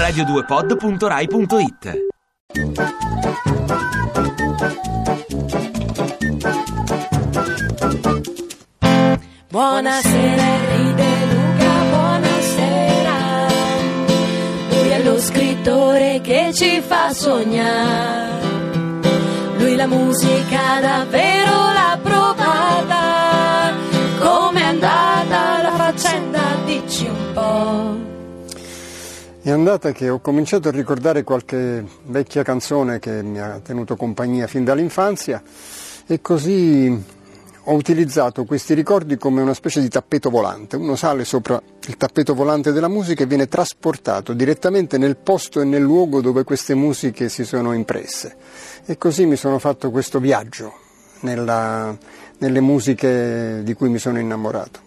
radio2pod.rai.it. Buonasera Henry De Luca, buonasera. Lui è lo scrittore che ci fa sognare. Lui la musica davvero l'ha provata. Com'è andata la faccenda? Dici un po'. È andata che ho cominciato a ricordare qualche vecchia canzone che mi ha tenuto compagnia fin dall'infanzia e così ho utilizzato questi ricordi come una specie di tappeto volante. Uno sale sopra il tappeto volante della musica e viene trasportato direttamente nel posto e nel luogo dove queste musiche si sono impresse. E così mi sono fatto questo viaggio nelle musiche di cui mi sono innamorato.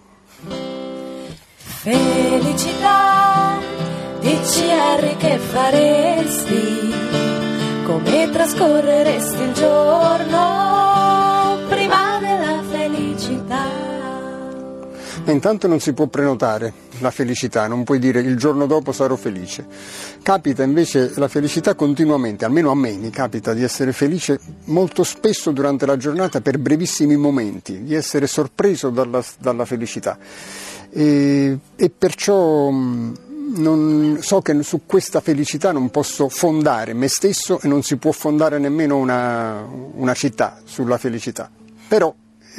Felicità, dici Harry che faresti? Come trascorreresti il giorno prima della felicità? Ma intanto non si può prenotare la felicità, non puoi dire il giorno dopo sarò felice. Capita invece la felicità continuamente, almeno a me mi capita di essere felice molto spesso durante la giornata per brevissimi momenti, di essere sorpreso dalla felicità. E perciò so che su questa felicità non posso fondare me stesso e non si può fondare nemmeno una città sulla felicità. Però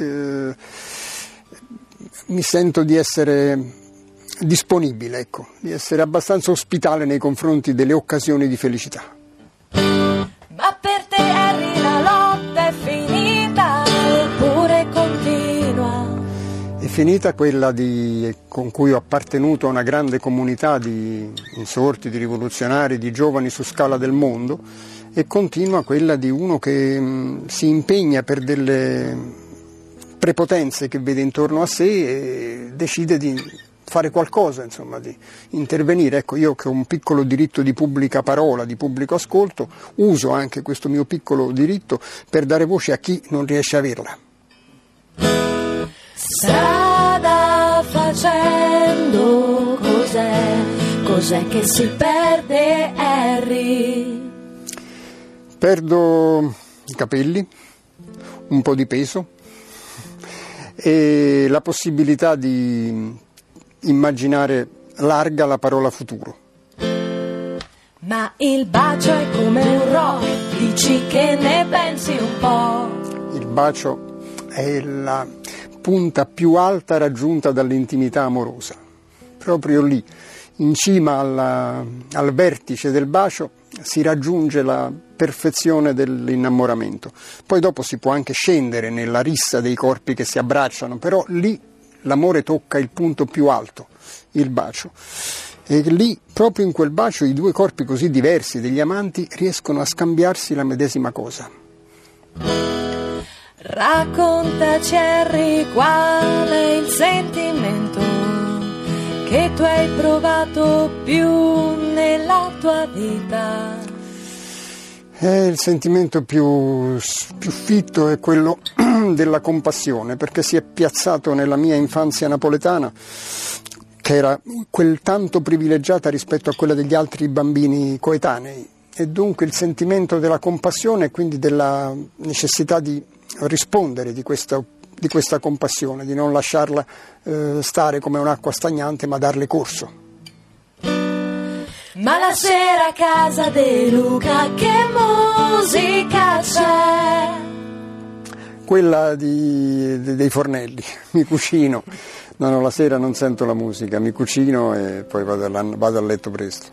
mi sento di essere disponibile, ecco, di essere abbastanza ospitale nei confronti delle occasioni di felicità. Ma per te Harry la lotta è finita oppure continua? È finita quella con cui ho appartenuto a una grande comunità di insorti, di rivoluzionari, di giovani su scala del mondo, e continua quella di uno che si impegna per delle prepotenze che vede intorno a sé e decide di fare qualcosa, insomma, di intervenire. Ecco, io che ho un piccolo diritto di pubblica parola, di pubblico ascolto, uso anche questo mio piccolo diritto per dare voce a chi non riesce a averla. Strada facendo, cos'è che si perde Harry? Perdo i capelli, un po' di peso e la possibilità di immaginare larga la parola futuro. Ma il bacio è come un rock, dici che ne pensi un po'? Il bacio è la punta più alta raggiunta dall'intimità amorosa. Proprio lì, in cima al vertice del bacio, si raggiunge la perfezione dell'innamoramento. Poi dopo si può anche scendere nella rissa dei corpi che si abbracciano, però lì l'amore tocca il punto più alto, il bacio. E lì, proprio in quel bacio, i due corpi così diversi degli amanti riescono a scambiarsi la medesima cosa. Raccontaci Harry, qual è il sentimento che tu hai provato più nella tua vita? Il sentimento più fitto è quello della compassione, perché si è piazzato nella mia infanzia napoletana, che era quel tanto privilegiata rispetto a quella degli altri bambini coetanei, e dunque il sentimento della compassione e quindi della necessità di rispondere di questa compassione, di non lasciarla stare come un'acqua stagnante, ma darle corso. Ma la sera a casa De Luca che musica c'è? Quella dei fornelli, mi cucino. No, la sera non sento la musica, mi cucino e poi vado a letto presto.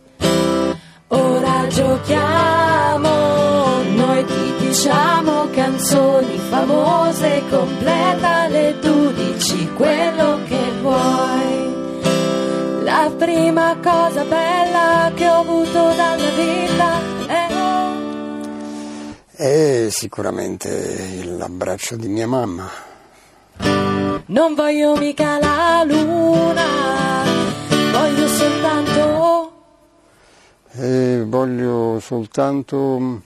Ora giochiamo, noi ti diciamo canzoni famose, completale, tu dici quello che vuoi. La prima cosa bella che ho avuto dalla vita è sicuramente l'abbraccio di mia mamma. Non voglio mica la luna, voglio soltanto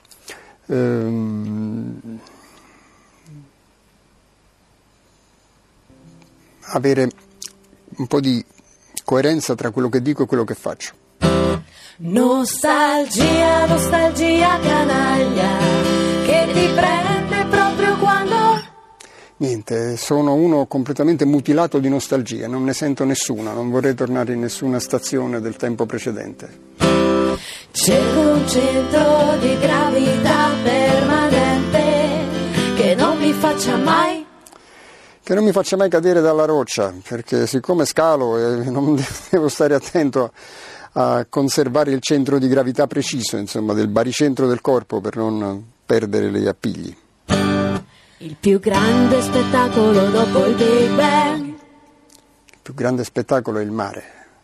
avere un po' di coerenza tra quello che dico e quello che faccio. Nostalgia, nostalgia canaglia, che ti prende proprio quando... Niente, sono uno completamente mutilato di nostalgia, non ne sento nessuna, non vorrei tornare in nessuna stazione del tempo precedente. Cerco un centro di gravità permanente che non mi faccia mai... Che non mi faccia mai cadere dalla roccia, perché siccome scalo non devo stare attento a conservare il centro di gravità preciso, insomma, del baricentro del corpo per non perdere gli appigli. Il più grande spettacolo dopo il Big Bang. Il più grande spettacolo è il mare.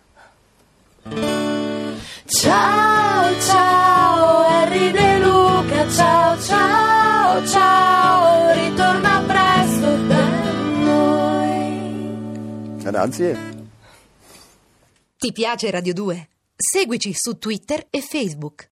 Ciao, ciao, Harry De Luca, ciao, ciao, ciao, ritorna presto da noi. Grazie. Ti piace Radio 2? Seguici su Twitter e Facebook.